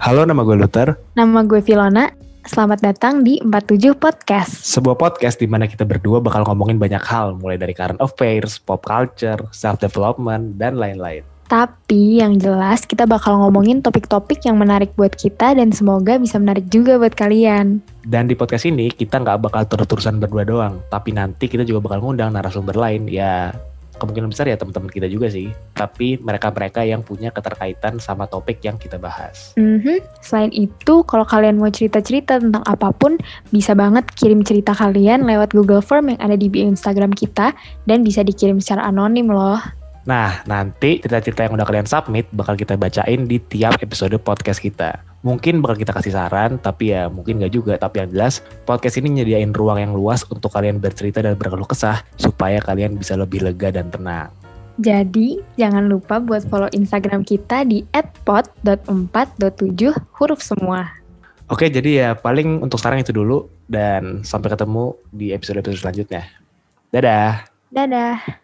Halo, nama gue Luther. Nama gue Filona. Selamat datang di 47 Podcast. Sebuah podcast di mana kita berdua bakal ngomongin banyak hal, mulai dari current affairs, pop culture, self-development, dan lain-lain. Tapi yang jelas kita bakal ngomongin topik-topik yang menarik buat kita dan semoga bisa menarik juga buat kalian. Dan di podcast ini kita nggak bakal terus-terusan berdua doang, tapi nanti kita juga bakal ngundang narasumber lain, ya kemungkinan besar ya teman-teman kita juga sih. Tapi mereka-mereka yang punya keterkaitan sama topik yang kita bahas. Selain itu, kalau kalian mau cerita-cerita tentang apapun, bisa banget kirim cerita kalian lewat Google Form yang ada di bio Instagram kita dan bisa dikirim secara anonim loh. Nah, nanti cerita-cerita yang udah kalian submit bakal kita bacain di tiap episode podcast kita. Mungkin bakal kita kasih saran, tapi ya mungkin gak juga. Tapi yang jelas, podcast ini nyediain ruang yang luas untuk kalian bercerita dan berkeluh kesah, supaya kalian bisa lebih lega dan tenang. Jadi, jangan lupa buat follow Instagram kita di @pod.4.7 huruf semua. Oke, jadi ya paling untuk sekarang itu dulu. Dan sampai ketemu di episode-episode selanjutnya. Dadah! Dadah!